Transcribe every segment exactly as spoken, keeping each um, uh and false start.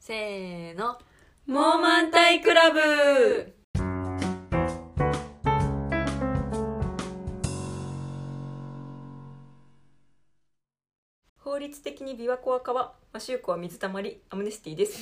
せーの、 モーマンタイクラブ。 法律的に琵琶湖は川、マシューコは水たまり、アムネスティです。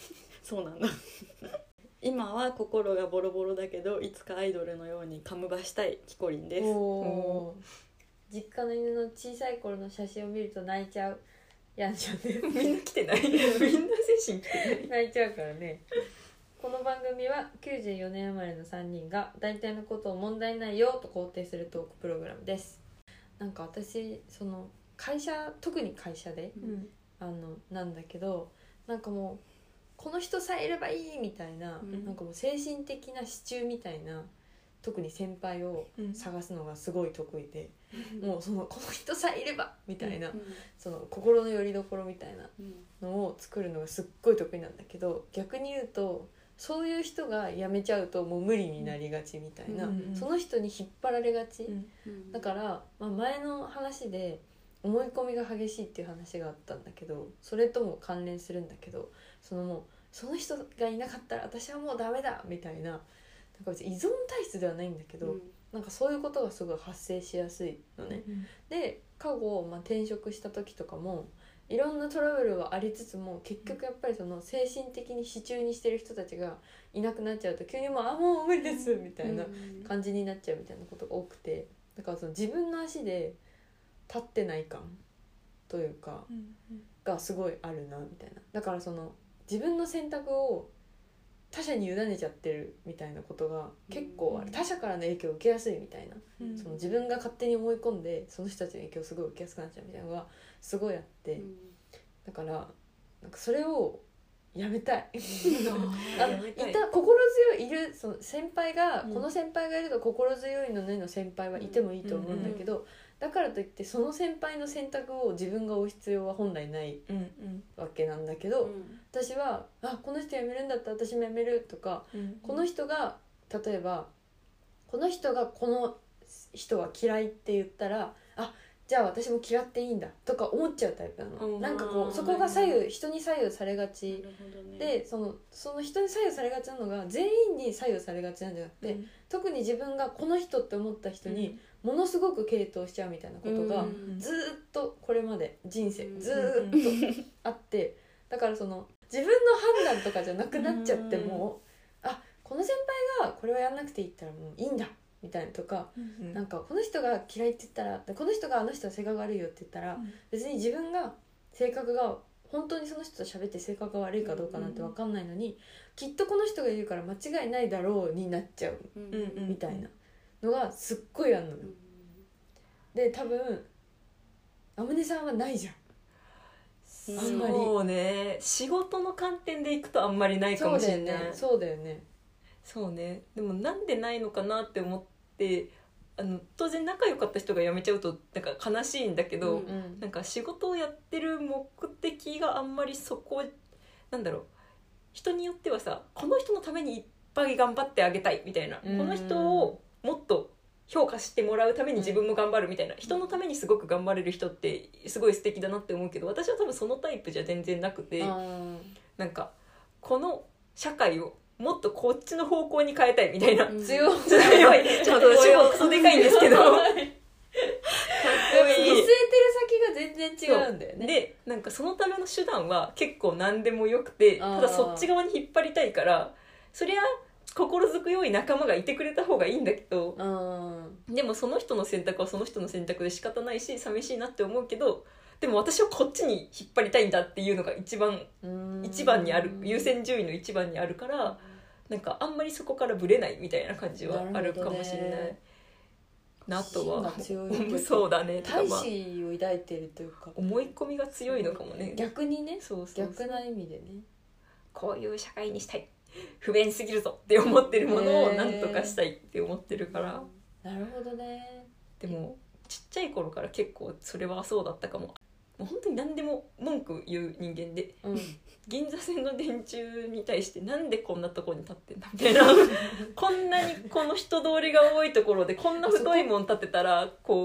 そうなんだ今は心がボロボロだけどいつかアイドルのようにカムバしたいキコリンです。 お実家の犬の小さい頃の写真を見ると泣いちゃうヤンちゃんですみんな来てないみんな精神来てない泣いちゃうからね。この番組はきゅうじゅうよねん生まれのさんにんが大体のことを問題ないよと肯定するトークプログラムです。なんか私その会社特に会社で、 うん、 あのなんだけどなんかもうこの人さえいればいいみたいな、うん、なんかもう精神的な支柱みたいな特に先輩を探すのがすごい得意で、うん、もうそのこの人さえいればみたいな、うん、その心の拠り所みたいなのを作るのがすっごい得意なんだけど、逆に言うとそういう人が辞めちゃうともう無理になりがちみたいな、うんうん、その人に引っ張られがち、うんうん、だから、まあ、前の話で思い込みが激しいっていう話があったんだけど、それとも関連するんだけど、そのもうその人がいなかったら私はもうダメだみたいな、なんか別に依存体質ではないんだけど、うん、なんかそういうことがすごい発生しやすいのね、うん、で過去、まあ、転職した時とかもいろんなトラブルがありつつも結局やっぱりその精神的に支柱にしてる人たちがいなくなっちゃうと急にもうあもう無理ですみたいな感じになっちゃうみたいなことが多くて、だからその自分の足で立ってない感というかがすごいあるなみたいな。だからその自分の選択を他者に委ねちゃってるみたいなことが結構ある、他者からの影響を受けやすいみたいな、その自分が勝手に思い込んでその人たちの影響をすごい受けやすくなっちゃうみたいなのがすごいあって、だからなんかそれをやめたいあのいた心強いいるその先輩が、うん、この先輩がいると心強いのねの先輩はいてもいいと思うんだけど、うんうんうん、だからといってその先輩の選択を自分が追う必要は本来ないわけなんだけど、うんうん、私はあこの人辞めるんだったら私も辞めるとか、うんうん、この人が例えばこの人がこの人は嫌いって言ったらあじゃあ私も嫌っていいんだとか思っちゃうタイプなの、うん、なんかこうそこが左右人に左右されがち、ね、でそのその人に左右されがちなのが全員に左右されがちなんじゃなくて、うん、特に自分がこの人って思った人にものすごく傾倒しちゃうみたいなことがずっとこれまで人生ずっとあってだからその自分の判断とかじゃなくなっちゃってもあこの先輩がこれはやんなくていいって言ったらもういいんだみたいなとか、うんうん、なんかこの人が嫌いって言ったらこの人があの人は性格悪いよって言ったら、うん、別に自分が性格が本当にその人と喋って性格が悪いかどうかなんて分かんないのに、うんうん、きっとこの人が言うから間違いないだろうになっちゃう、うんうん、みたいなのがすっごいあんのよ、うん、で多分アムネさんはないじゃんあんまりそうね仕事の観点でいくとあんまりないかもしれない。 そうだよねそうだよねそうね。でもなんでないのかなって思ってあの当然仲良かった人が辞めちゃうとなんか悲しいんだけど、うんうん、なんか仕事をやってる目的があんまりそこなんだろう人によってはさこの人のためにいっぱい頑張ってあげたいみたいな、うん、この人をもっと評価してもらうために自分も頑張るみたいな、うん、人のためにすごく頑張れる人ってすごい素敵だなって思うけど私は多分そのタイプじゃ全然なくて、なんかこの社会をもっとこっちの方向に変えたいみたいな、うん、強い強いちょっと私もクソでかいんですけどかっこいい見据えてる先が全然違うんだよね。 でなんかそのための手段は結構何でもよくてただそっち側に引っ張りたいからそりゃ心づくよい仲間がいてくれた方がいいんだけどでもその人の選択はその人の選択で仕方ないし寂しいなって思うけどでも私はこっちに引っ張りたいんだっていうのが一番一番にある優先順位の一番にあるからなんかあんまりそこからブレないみたいな感じはあるかもしれないなとはそうだね大志を抱いてるというか思い込みが強いのかもね逆にねそうそうそう逆な意味でねこういう社会にしたい不便すぎるぞって思ってるものを何とかしたいって思ってるからなるほどね。 でもちっちゃい頃から結構それはそうだったかも。もう本当に何でも文句言う人間で、うん、銀座線の電柱に対してなんでこんなとこに立ってんだみたいなこんなにこの人通りが多いところでこんな太いもん立てたらこう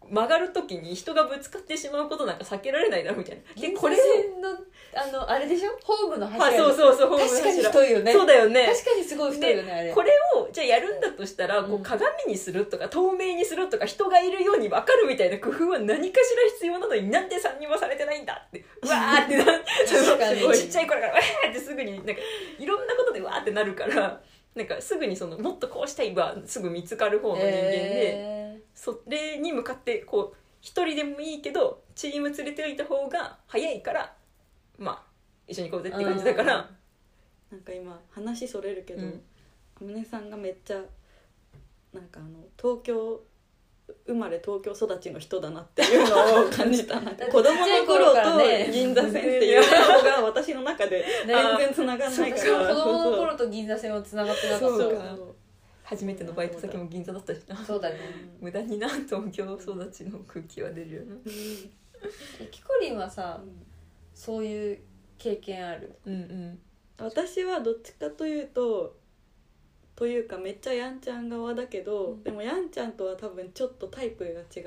曲がる時に人がぶつかってしまうことなんか避けられないなみたいな。でこれをのあのあれでしょ、ホームの柱、 あそうそうそうホームの確かに柱太いよね。 そうだよね。 確かにすごい太いよねあれ。 これをじゃあやるんだとしたら、こう鏡にするとか透明にするとか人がいるように分かるみたいな工夫は何かしら必要なのに、なんでさんにんもされてないんだってうわーってな確かにちっちゃい頃からわーってすぐになんかいろんなことでわーってなるから、なんかすぐにそのもっとこうしたいはすぐ見つかる方の人間で、 えそれに向かってこう一人でもいいけどチーム連れておいた方が早いから、まあ一緒に行こうぜって感じだから。 なんか今話それるけど、 うんあむねさんがめっちゃなんかあの東京生まれ東京育ちの人だなっていうのを感じた。なんか子供の頃と銀座線っていうのが私の中で全然つながんないか私もら、 子供の頃と銀座線はつながってなかったそうそうから初めてのバイト先も銀座だったしな。 そうだね。 無駄にな東京育ちの空気は出るよな。 キコリンはさ、そういう経験ある？ うんうん私はどっちかというとというかめっちゃやんちゃん側だけど、うん、でもやんちゃんとは多分ちょっとタイプが違って、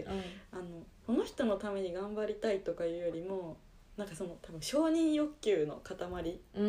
うん、あのこの人のために頑張りたいとかいうよりもなんかその多分承認欲求の塊、うん、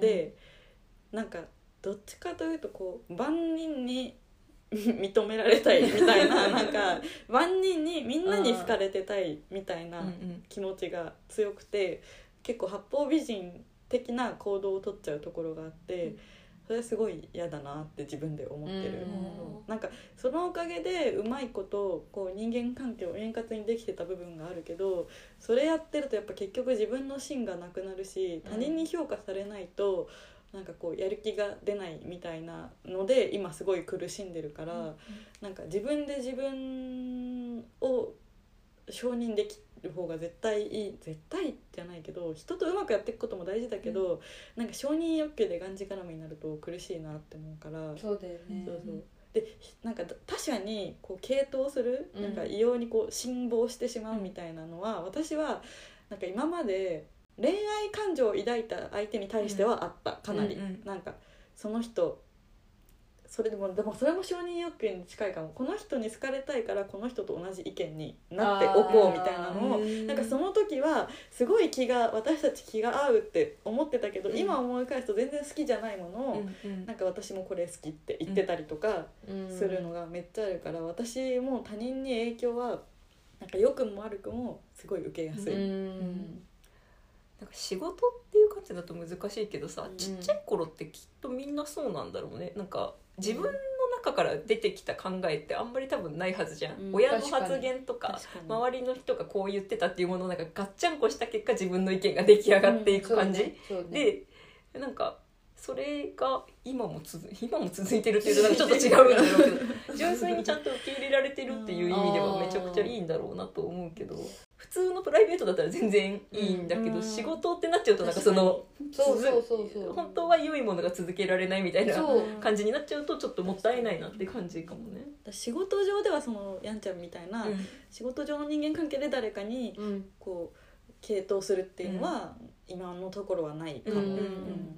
でなんかどっちかというとこう万人に認められたいみたいななんか万人にみんなに好かれてたいみたいな気持ちが強くて、結構八方美人的な行動を取っちゃうところがあって、それはすごい嫌だなって自分で思ってる。なんかそのおかげでうまいことこう人間関係を円滑にできてた部分があるけど、それやってるとやっぱ結局自分の芯がなくなるし、他人に評価されないとなんかこうやる気が出ないみたいなので今すごい苦しんでるから、なんか自分で自分を承認できる方が絶対いい、絶対じゃないけど人とうまくやっていくことも大事だけど、うん、なんか承認欲求でがんじがらめになると苦しいなって思うから。 そうだよね。 そうそうでなんか他者にこう傾倒する、なんか異様にこう辛抱してしまうみたいなのは、私はなんか今まで恋愛感情を抱いた相手に対してはあった、かなり、うんうん、なんかその人それでもでもそれも承認欲求に近いかも。この人に好かれたいからこの人と同じ意見になっておこうみたいなのを、なんかその時はすごい気が私たち気が合うって思ってたけど、うん、今思い返すと全然好きじゃないものを、うんうん、なんか私もこれ好きって言ってたりとかするのがめっちゃあるから、私も他人に影響はなんか良くも悪くもすごい受けやすい。うん、 なんか仕事っていう感じだと難しいけどさ、うん、ちっちゃい頃ってきっとみんなそうなんだろうね。なんか自分の中から出てきた考えってあんまり多分ないはずじゃん、うん、親の発言とか周りの人がこう言ってたっていうものをなんかガッチャンコした結果自分の意見が出来上がっていく感じ、うんねね、でなんかそれが今も続今も続いてるっていうとなんかちょっと違うんだろうけど純粋にちゃんと受け入れられてるっていう意味ではめちゃくちゃいいんだろうなと思うけど、普通のプライベートだったら全然いいんだけど、うん、仕事ってなっちゃうとなんかそのそうそうそうそう本当は良いものが続けられないみたいな感じになっちゃうとちょっともったいないなって感じかもね。 仕事上ではそのやんちゃんみたいな、うん、仕事上の人間関係で誰かにこう傾倒するっていうのは今のところはないかも、うんうんうん、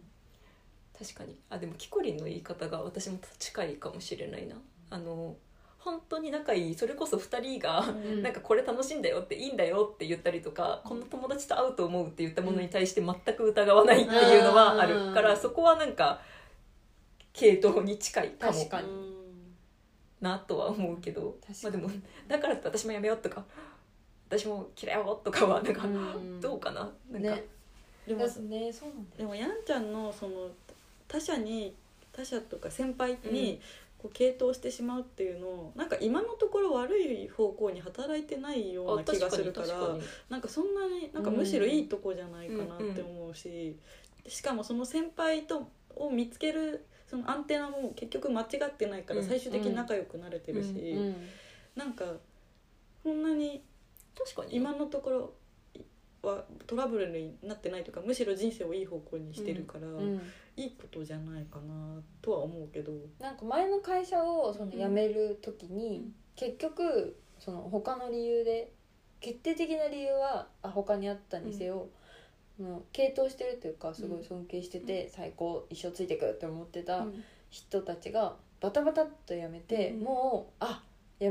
確かに。あでもキコリンの言い方が私も近いかもしれないな。あの本当に仲いいそれこそふたりが、うん、なんかこれ楽しいんだよっていいんだよって言ったりとか、うん、この友達と会うと思うって言ったものに対して全く疑わないっていうのはある、うん、からそこはなんか系統に近いかも確かになとは思うけど、まあ、でもだからって私もやめようとか私も嫌いよとかはなんか、うん、どうかななんか、ね、 でも、ね、そうなんだよ。でもやんちゃんのその他者に他者とか先輩に、うんこう傾倒してしまうっていうのなんか今のところ悪い方向に働いてないような気がするから、なんかそんなになんかむしろいいとこじゃないかなって思うし、しかもその先輩とを見つけるそのアンテナも結局間違ってないから最終的に仲良くなれてるし、なんかそんなに確かに今のところはトラブルになってないというかむしろ人生をいい方向にしてるから、うんうん、いいことじゃないかなとは思うけど、 なんか前の会社をその辞める時に、うん、結局その他の理由で決定的な理由はあ他にあったにせよ、うん、もう傾倒してるというかすごい尊敬してて、うん、最高一生ついてくって思ってた人たちがバタバタっと辞めて、うん、もうあ辞めようっ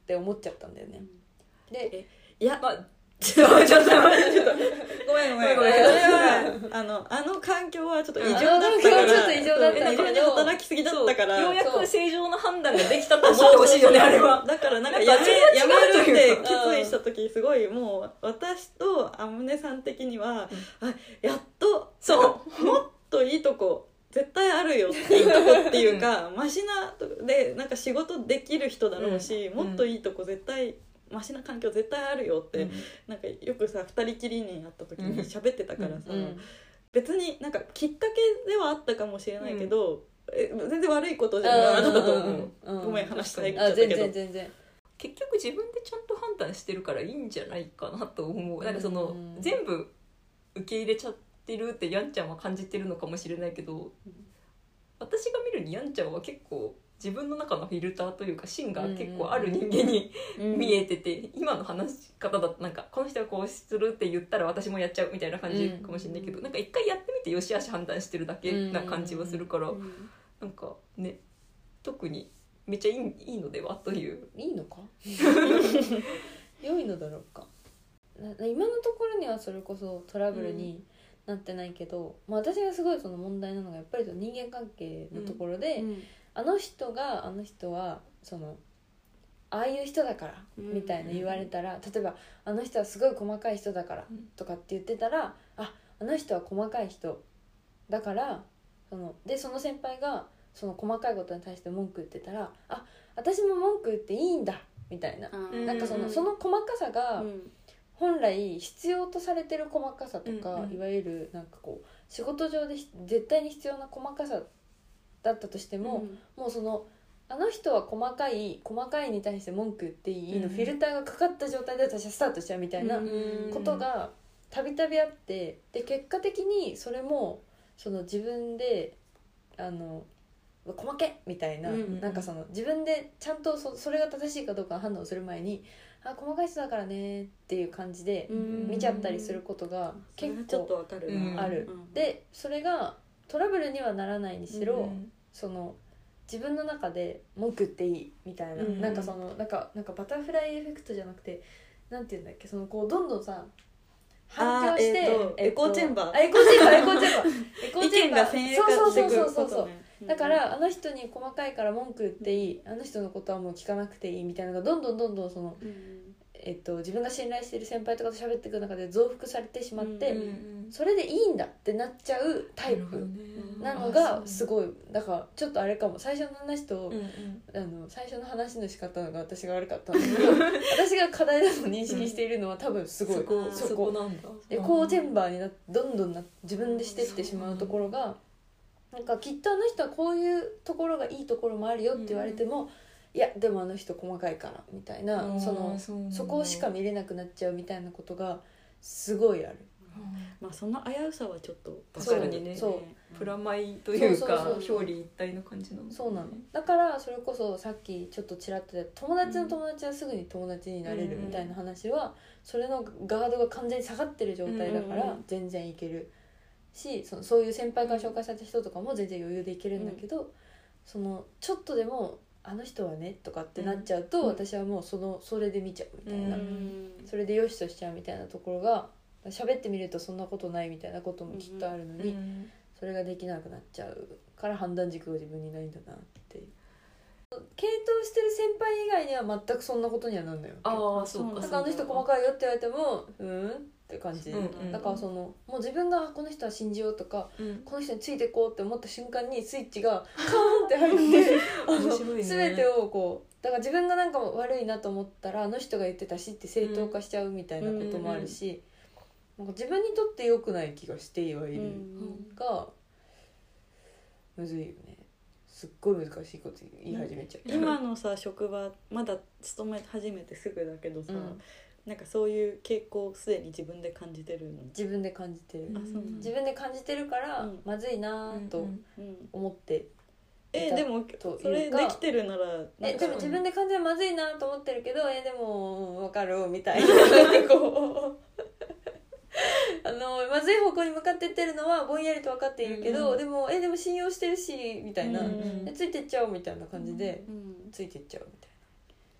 って思っちゃったんだよね。でいや、 まあちょっと待ってちょっとごめんごめんごめん。それはあのあの環境はちょっと異常だったから。 あの環境はちょっと異常だったけど、 自分で働きすぎだったから。 ようやく正常な判断ができたと思ってほしいよねあれは。 だからなんかやめやめるって決意した時すごいもう私とあむねさん的には、うん、あやっとそうもっといいとこ絶対あるよっていいとこっていうかマシなでなんか仕事できる人だろうし、うん、もっといいとこ絶対マシな環境絶対あるよって、うん、なんかよくさふたりきりになった時に喋ってたからさ、うん、別になんかきっかけではあったかもしれないけど、うん、え全然悪いことじゃなかったと思う、うん、ごめん話遮っちゃったけど、 全然全然結局自分でちゃんと判断してるからいいんじゃないかなと思う。なんかその、うん、全部受け入れちゃってるってやんちゃんは感じてるのかもしれないけど、うん、私が見るにやんちゃんは結構自分の中のフィルターというか芯が結構ある人間に、うんうん、見えてて、今の話し方だとなんかこの人がこうするって言ったら私もやっちゃうみたいな感じかもしれないけど、うん、なんか一回やってみてよしあし判断してるだけな感じはするから、うん、なんかね特にめっちゃいい、いいのではという。 いいのか良いのだろうか。今のところにはそれこそトラブルになってないけど、うんまあ、私がすごいその問題なのがやっぱり人間関係のところで、うんうんあの人があの人はそのああいう人だからみたいな言われたら、例えばあの人はすごい細かい人だからとかって言ってたら、ああの人は細かい人だからそのでその先輩がその細かいことに対して文句言ってたら、あ私も文句言っていいんだみたいな、なんかそのその細かさが本来必要とされてる細かさとか、いわゆるなんかこう仕事上で絶対に必要な細かさだったとしても、うん、もうそのあの人は細かい細かいに対して文句言っていいの、うん、フィルターがかかった状態で私はスタートしちゃうみたいなことがたびたびあって、で結果的にそれもその自分であの細けみたいな、うん、なんかその自分でちゃんと そ, それが正しいかどうか判断をする前に、あ細かい人だからねっていう感じで見ちゃったりすることが結構ちょっとわかるなある、うん、でそれがトラブルにはならないにしろ、うんその自分の中で文句っていいみたいな、うん、なんかそのなんかなんかバタフライエフェクトじゃなくてなんて言うんだっけ、そのこうどんどんさ反響して、 えーえっと、エコーチェンバーエコーチェンバーエコーチェンバーエコーチェンバー意見が先鋭化してくることね。 そうそうそうそうそうだからあの人に細かいから文句言っていい、あの人のことはもう聞かなくていいみたいなのがどんどんどんどんその、うんえっと、自分が信頼している先輩とかと喋っていく中で増幅されてしまって、うんうん、それでいいんだってなっちゃうタイプなのがすごい、だからちょっとあれかも、最初の話と、うんうん、あの最初の話の仕方が私が悪かったんだけど私が課題だと認識しているのは多分すごい、 うん、そこそこなんだ。 エコーチェンバーになどんどんな自分でしてってしまうところが、なんかきっとあの人はこういうところがいいところもあるよって言われても、うんいやでもあの人細かいからみたいな、その そ, そこしか見れなくなっちゃうみたいなことがすごいある、 まあその危うさはちょっと確かにね、そうプラマイというか表裏一体の感じなの、 そうなの。だからそれこそさっきちょっとちらっと友達の友達はすぐに友達になれるみたいな話は、それのガードが完全に下がってる状態だから全然いけるし、そのそういう先輩から紹介された人とかも全然余裕でいけるんだけど、そのちょっとでもあの人はねとかってなっちゃうと、うん、私はもうそのそれで見ちゃうみたいな、うん、それでよしとしちゃうみたいなところが喋ってみるとそんなことないみたいなこともきっとあるのに、うん、それができなくなっちゃうから判断軸が自分にないんだなって傾倒してる先輩以外には全くそんなことにはなんないよ。 ああそうか。 だからあの人細かいよって言われてもうんって感じ、うんうん、だからそのもう自分がこの人は信じようとか、うん、この人についていこうって思った瞬間にスイッチがカーンって入って面白いね、全てをこうだから自分がなんか悪いなと思ったらあの人が言ってたしって正当化しちゃうみたいなこともあるし、うんうんうん、なんか自分にとって良くない気がしてはいるが、むずいよね。すっごい難しいこと言い始めちゃう。 今のさ職場まだ勤め始めてすぐだけどさ、うんなんかそういう傾向すでに自分で感じてるの？ 自分で感じてる、 あそうなん自分で感じてるから、うん、まずいなと思ってえでもそれできてるならえでも自分で感じてまずいなと思ってるけどえでも分かるみたいなこうあのまずい方向に向かっていってるのはぼんやりと分かっているけど、うん、でもえでも信用してるしみたいな、うん、ついてっちゃうみたいな感じで、うん、ついてっちゃうみたいな。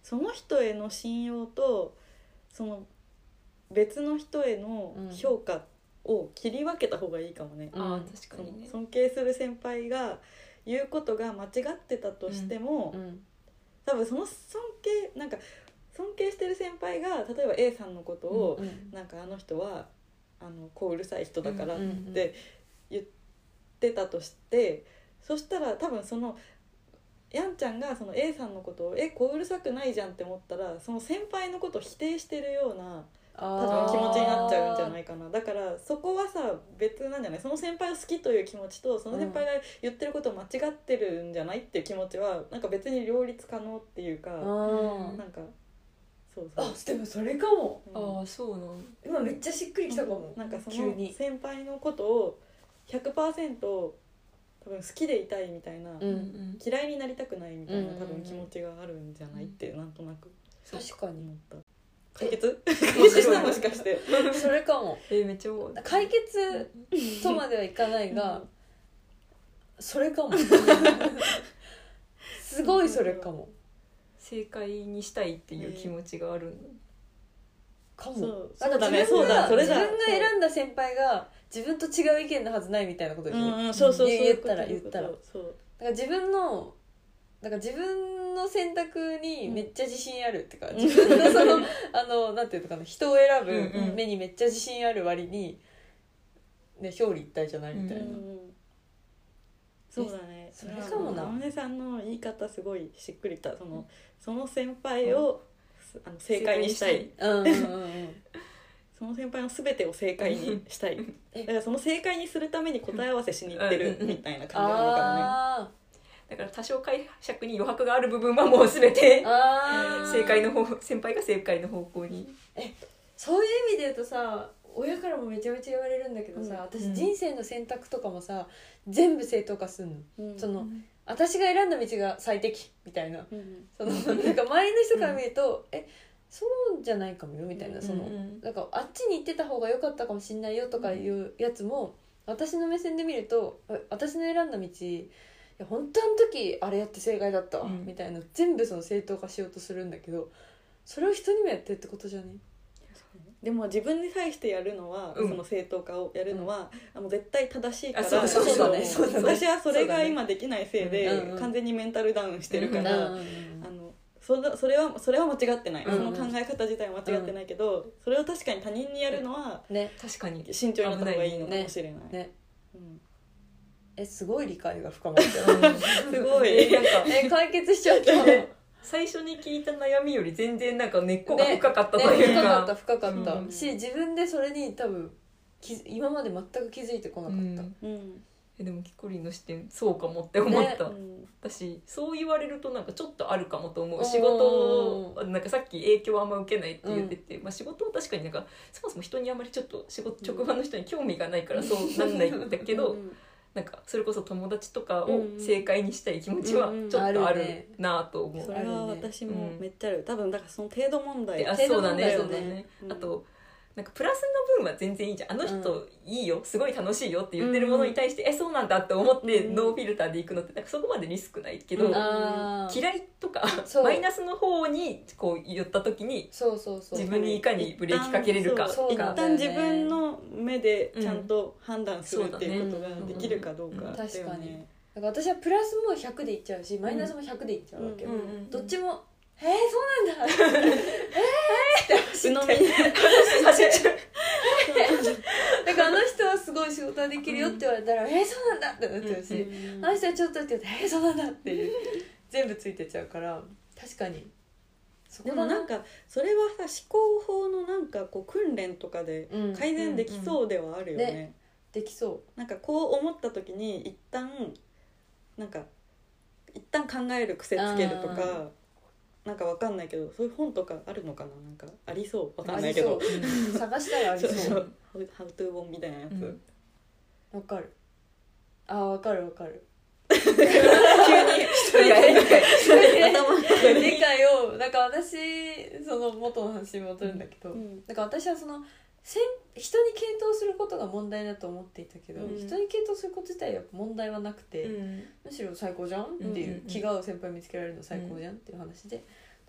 その人への信用とその別の人への評価を切り分けた方がいいかもね、 うん、あ確かにね。 尊敬する先輩が言うことが間違ってたとしても、うん、多分その尊敬なんか尊敬してる先輩が例えば A さんのことを、うんうん、なんかあの人はあのこううるさい人だからって言ってたとして、そしたら多分そのやんちゃんがその A さんのことをえこううるさくないじゃんって思ったらその先輩のことを否定してるような多分気持ちになっちゃうんじゃないかな。だからそこはさ別なんじゃない、その先輩を好きという気持ちとその先輩が言ってることを間違ってるんじゃないっていう気持ちはなんか別に両立可能っていうか、なんかそうそう、 あでもそれかも、 うん、ああそうなの。 今めっちゃしっくりきたかも、 うん、なんかその先輩のことを ひゃくパーセント 多分好きでいたいみたいな、うんうん、嫌いになりたくないみたいな多分気持ちがあるんじゃないってなんとなく確かに思った。 解決解決したもしかしてそれかも。 えめっちゃ思う。 解決とまではいかないが、うん、それかもすごいそれかも。 正解にしたいっていう気持ちがあるの、 かも。 そうそうだね、そうだ、それだ。 自分が選んだ先輩が自分と違う意見のはずないみたいなことでしょ、 うんうん、そうそうそう、 言ったら言ったらそう、 だから自分のだから自分の選択にめっちゃ自信あるっていうか、うん、自分のそのあのなんていうのかな、人を選ぶ目にめっちゃ自信ある割に、ね、表裏一体じゃないみたいな、うんうん、 そうだね。 それかもな。 天音さんの言い方すごいしっくりた。そのその先輩を、うん、あの正解にしたい。うんうんうん、その先輩の全てを正解にしたい。だからその正解にするために答え合わせしに行ってるみたいな感じなのかもね。 だから多少解釈に余白がある部分はもう全て正解の方、先輩が正解の方向に。 え、そういう意味で言うとさ、親からもめちゃめちゃ言われるんだけどさ、うん、私人生の選択とかもさ全部正当化すんの、うん、その、うん、私が選んだ道が最適みたいな、うん、そのなんか周りの人から見ると、うん、えそうじゃないかもよみたいな、そのなんかあっちに行ってた方が良かったかもしんないよとかいうやつも、私の目線で見ると私の選んだ道いや本当あの時あれやって正解だったわ、うん、みたいな全部その正当化しようとするんだけど、それを人にもやってるってことじゃね。 でも自分に対してやるのは、うん、その正当化をやるのは、うん、あの絶対正しいから、 そうそうそうだね、 私はそれが今できないせいで、ね、完全にメンタルダウンしてるから、うんうんうん、あの そ, それはそれは間違ってない、うんうん、その考え方自体は間違ってないけど、うん、それを確かに他人にやるのは、 ね、 確かに慎重にやった方がいいのかもしれない、 ねね、うん、えすごい理解が深まってるすごいなんかえ解決しちゃった最初に聞いた悩みより全然なんか根っこが深かったというか、ねね、深かった深かった、うん、し自分でそれに多分今まで全く気づいてこなかった、うんうん、えでもキコリンの視点そうかもって思った、ね、私そう言われるとなんかちょっとあるかもと思う。仕事なんかさっき影響あんま受けないって言ってて、うんまあ、仕事は確かになんかそもそも人にあんまりちょっと仕事職場の人に興味がないからそうなんないんだけど、うんなんかそれこそ友達とかを正解にしたい気持ちはちょっとあるなと思う、 うんうん、それは私もめっちゃある、多分だからその程度問題、 あそうだねそうだね、うん、あとなんかプラスの分は全然いいじゃん、あの人いいよすごい楽しいよって言ってるものに対して、うん、えそうなんだって思ってノーフィルターでいくのってなんかそこまでリスクないけど、うん、嫌いとかマイナスの方にこう言った時にそうそうそう自分にいかにブレーキかけれるか、 一旦自分の目でちゃんと判断するっていうことができるかどうかだよね、 うん、確かにだから私はプラスもひゃくでいっちゃうしマイナスもひゃくでいっちゃうわけ、うんうんうんうん、どっちもえー、そうなんだえーって走って走っちゃうだからあの人はすごい仕事はできるよって言われたら、うん、えー、そうなんだってなっちゃうし、うん、あの人はちょっとって言うとえー、そうなんだっていう全部ついてちゃうから確かにそこでもなんかそれはさ思考法のなんかこう訓練とかで改善できそうではあるよね、うんうんうんね、 できそうなんかこう思った時に一旦なんか一旦考える癖つけるとかなんかわかんないけどそういう本とかあるのかな、なんかありそうわかんないけど、 うん、探したらありそうそう How to 本みたいなやつわ、 うん、かるあわかるわかる急に一人が理解理解をなんか私その元の話に戻るんだけど、うん、なんか私はその人に傾倒することが問題だと思っていたけど、うん、人に傾倒すること自体は問題はなくて、うん、むしろ最高じゃんっていう、うん、気が合う先輩見つけられるの最高じゃんっていう話で、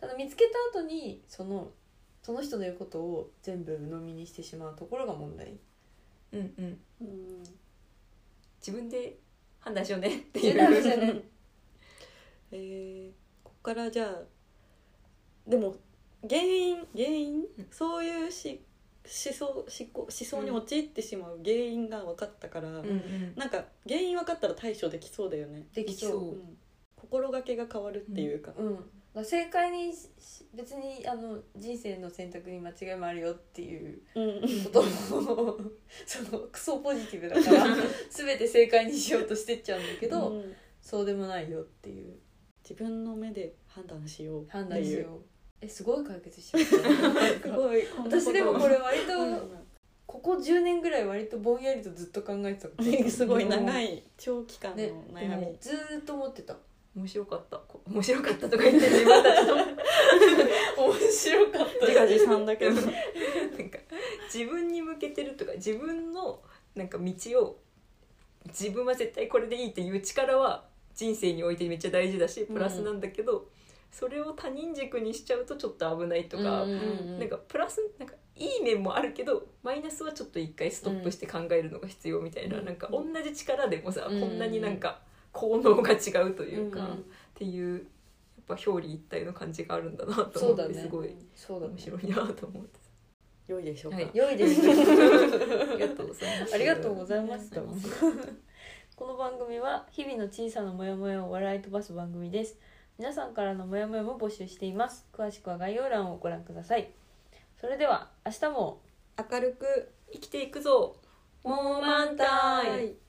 ただ見つけた後にそのその人の言うことを全部鵜呑みにしてしまうところが問題。 うんうん、 うん、 自分で判断しようねっていう自分で判断しようねえー、ここからじゃあでも原因原因、うん、そういうし思想思考思想に陥ってしまう原因が分かったから、うんうん、なんか原因分かったら対処できそうだよね。 できそう、 うん、心がけが変わるっていうか、 うんうんまあ、正解に別にあの人生の選択に間違いもあるよっていうことも、うん、そのクソポジティブだから全て正解にしようとしてっちゃうんだけど、うん、そうでもないよっていう、 自分の目で判断しようっていう判断しよう。えすごい解決しちゃったすごい私でもこれ割と、うん、ここじゅうねんぐらい割とぼんやりとずっと考えてたことすごい長い長期間の悩み、 ね、ずーっと思ってた。 面白かった面白かったとか言って自分たちの面白かった自画自賛だけどなんか自分に向けてるとか自分のなんか道を自分は絶対これでいいっていう力は人生においてめっちゃ大事だしプラスなんだけど、うん、それを他人軸にしちゃうとちょっと危ないとか、うんうんうん、なんかプラスなんかいい面もあるけどマイナスはちょっと一回ストップして考えるのが必要みたいな、うん、なんか同じ力でもさ、うんうん、こんなになんか効能が違うというか、うんうん、っていうやっぱ表裏一体の感じがあるんだなと思って、ね、すごい面白いなと思って。 良いでしょうか、 はい、良いですありがとうございますありがとうございましたこの番組は日々の小さなモヤモヤを笑い飛ばす番組です。皆さんからのモヤモヤも募集しています。詳しくは概要欄をご覧ください。それでは明日も明るく生きていくぞモーマンタイム。